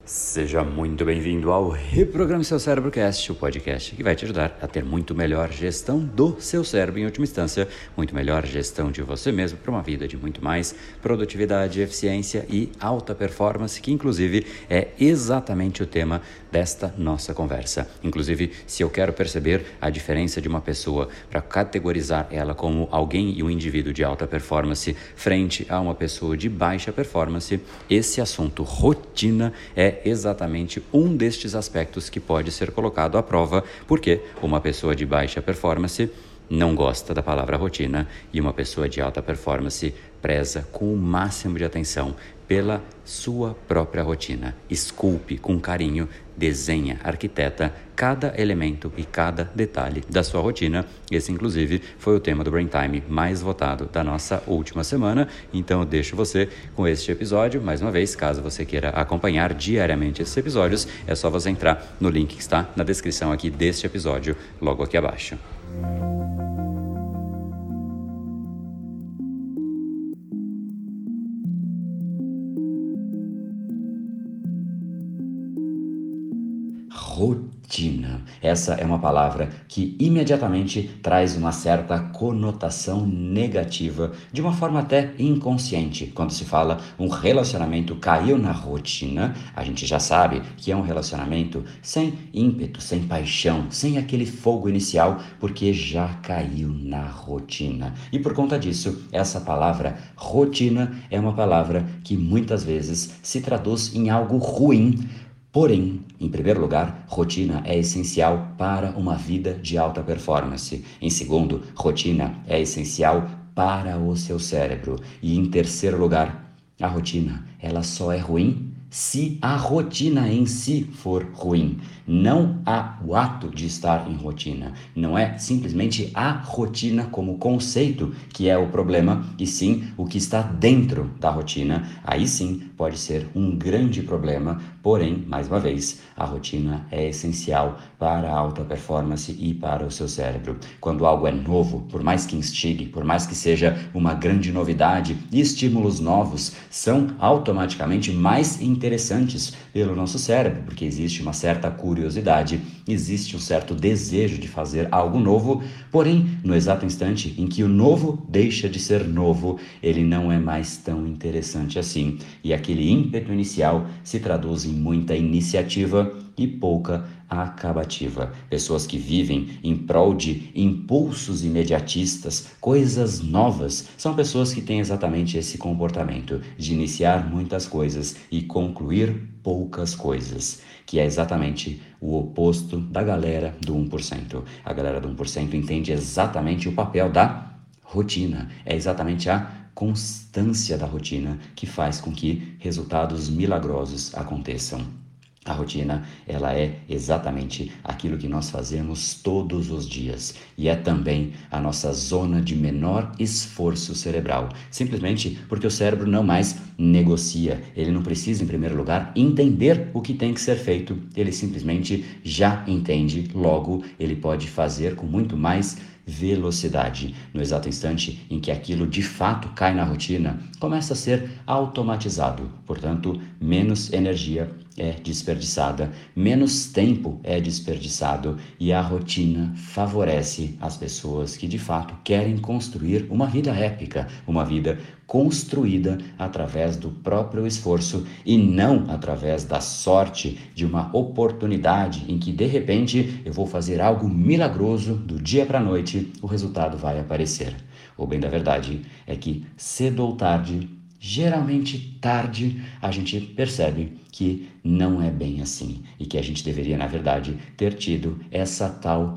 Seja muito bem-vindo ao Reprograme Seu Cérebrocast, o podcast que vai te ajudar a ter muito melhor gestão do seu cérebro, em última instância, muito melhor gestão de você mesmo para uma vida de muito mais produtividade, eficiência e alta performance, que inclusive é exatamente o tema desta nossa conversa. Inclusive, se eu quero perceber a diferença de uma pessoa para categorizar ela como alguém e um indivíduo de alta performance frente a uma pessoa de baixa performance, esse assunto rotina é exatamente um destes aspectos que pode ser colocado à prova, porque uma pessoa de baixa performance não gosta da palavra rotina e uma pessoa de alta performance preza com o máximo de atenção pela sua própria rotina. Esculpe com carinho, desenha, arquiteta cada elemento e cada detalhe da sua rotina. Esse, inclusive, foi o tema do Brain Time mais votado da nossa última semana. Então, eu deixo você com este episódio. Mais uma vez, caso você queira acompanhar diariamente esses episódios, é só você entrar no link que está na descrição aqui deste episódio, logo aqui abaixo. Rotina. Essa é uma palavra que imediatamente traz uma certa conotação negativa, de uma forma até inconsciente. Quando se fala um relacionamento caiu na rotina, a gente já sabe que é um relacionamento sem ímpeto, sem paixão, sem aquele fogo inicial, porque já caiu na rotina. E por conta disso, essa palavra rotina é uma palavra que muitas vezes se traduz em algo ruim. Porém, em primeiro lugar, rotina é essencial para uma vida de alta performance. Em segundo, rotina é essencial para o seu cérebro. E em terceiro lugar, a rotina, ela só é ruim se a rotina em si for ruim. Não o ato de estar em rotina. Não é simplesmente a rotina como conceito que é o problema, e sim o que está dentro da rotina. Aí sim pode ser um grande problema, porém, mais uma vez, a rotina é essencial para a alta performance e para o seu cérebro. Quando algo é novo, por mais que instigue, por mais que seja uma grande novidade, estímulos novos são automaticamente mais interessantes pelo nosso cérebro, porque existe uma certa curiosidade, existe um certo desejo de fazer algo novo, porém, no exato instante em que o novo deixa de ser novo, ele não é mais tão interessante assim, e aquele ímpeto inicial se traduz em muita iniciativa e pouca acabativa. Pessoas que vivem em prol de impulsos imediatistas, coisas novas, são pessoas que têm exatamente esse comportamento de iniciar muitas coisas e concluir poucas coisas, que é exatamente o oposto da galera do 1%. A galera do 1% entende exatamente o papel da rotina, é exatamente a constância da rotina que faz com que resultados milagrosos aconteçam. A rotina, ela é exatamente aquilo que nós fazemos todos os dias e é também a nossa zona de menor esforço cerebral, simplesmente porque o cérebro não mais negocia, ele não precisa, em primeiro lugar, entender o que tem que ser feito, ele simplesmente já entende, logo ele pode fazer com muito mais velocidade. No exato instante em que aquilo de fato cai na rotina, começa a ser automatizado, portanto, menos energia é desperdiçada, menos tempo é desperdiçado e a rotina favorece as pessoas que de fato querem construir uma vida épica, uma vida construída através do próprio esforço e não através da sorte de uma oportunidade em que de repente eu vou fazer algo milagroso, do dia para a noite o resultado vai aparecer. O bem da verdade é que cedo ou tarde, geralmente tarde, a gente percebe que não é bem assim e que a gente deveria, na verdade, ter tido essa tal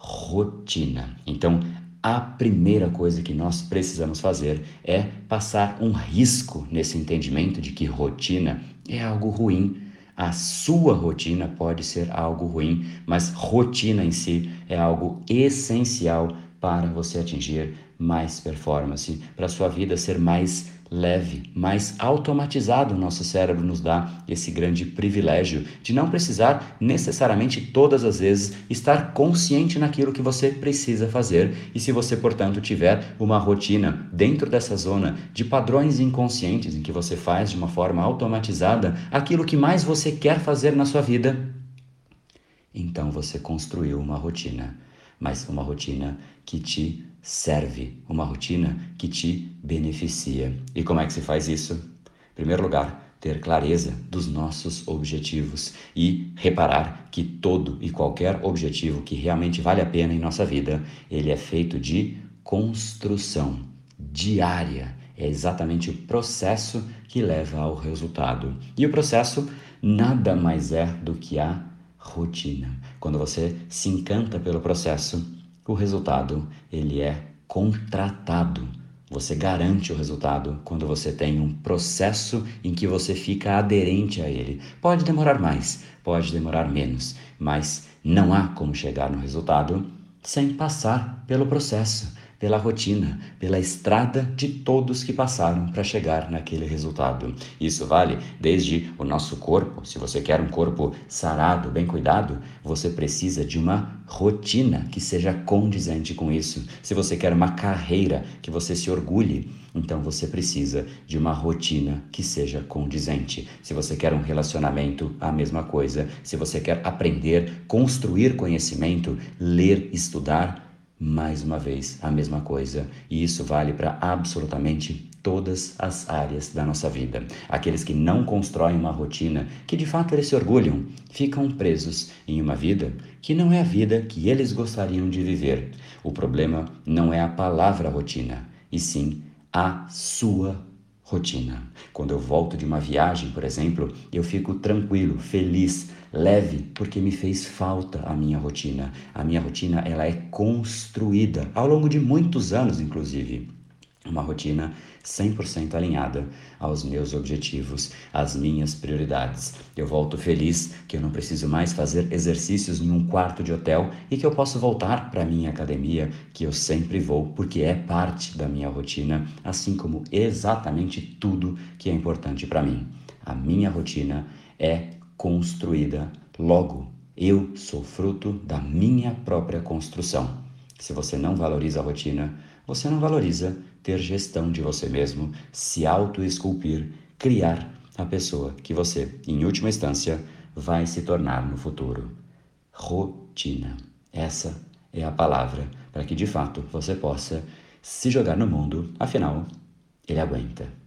rotina. Então, a primeira coisa que nós precisamos fazer é passar um risco nesse entendimento de que rotina é algo ruim. A sua rotina pode ser algo ruim, mas rotina em si é algo essencial para você atingir mais performance, para a sua vida ser mais leve, mais automatizado. O nosso cérebro nos dá esse grande privilégio de não precisar necessariamente todas as vezes estar consciente naquilo que você precisa fazer. E se você, portanto, tiver uma rotina dentro dessa zona de padrões inconscientes em que você faz de uma forma automatizada aquilo que mais você quer fazer na sua vida, então você construiu uma rotina, mas uma rotina que te serve, uma rotina que te beneficia. E como é que se faz isso? Em primeiro lugar, ter clareza dos nossos objetivos e reparar que todo e qualquer objetivo que realmente vale a pena em nossa vida, ele é feito de construção diária. É exatamente o processo que leva ao resultado. E o processo nada mais é do que a rotina. Quando você se encanta pelo processo, o resultado ele é contratado. Você garante o resultado quando você tem um processo em que você fica aderente a ele. Pode demorar mais, pode demorar menos, mas não há como chegar no resultado sem passar pelo processo, pela rotina, pela estrada de todos que passaram para chegar naquele resultado. Isso vale desde o nosso corpo. Se você quer um corpo sarado, bem cuidado, você precisa de uma rotina que seja condizente com isso. Se você quer uma carreira que você se orgulhe, então você precisa de uma rotina que seja condizente. Se você quer um relacionamento, a mesma coisa. Se você quer aprender, construir conhecimento, ler, estudar, mais uma vez, a mesma coisa. E isso vale para absolutamente todas as áreas da nossa vida. Aqueles que não constroem uma rotina, que de fato eles se orgulham, ficam presos em uma vida que não é a vida que eles gostariam de viver. O problema não é a palavra rotina, e sim a sua rotina. Quando eu volto de uma viagem, por exemplo, eu fico tranquilo, feliz, leve, porque me fez falta a minha rotina. A minha rotina, ela é construída ao longo de muitos anos, inclusive. Uma rotina 100% alinhada aos meus objetivos, às minhas prioridades. Eu volto feliz que eu não preciso mais fazer exercícios em um quarto de hotel e que eu posso voltar para a minha academia, que eu sempre vou, porque é parte da minha rotina, assim como exatamente tudo que é importante para mim. A minha rotina é construída, logo, eu sou fruto da minha própria construção. Se você não valoriza a rotina, você não valoriza ter gestão de você mesmo, se auto-esculpir, criar a pessoa que você, em última instância, vai se tornar no futuro. Rotina. Essa é a palavra para que, de fato, você possa se jogar no mundo, afinal, ele aguenta.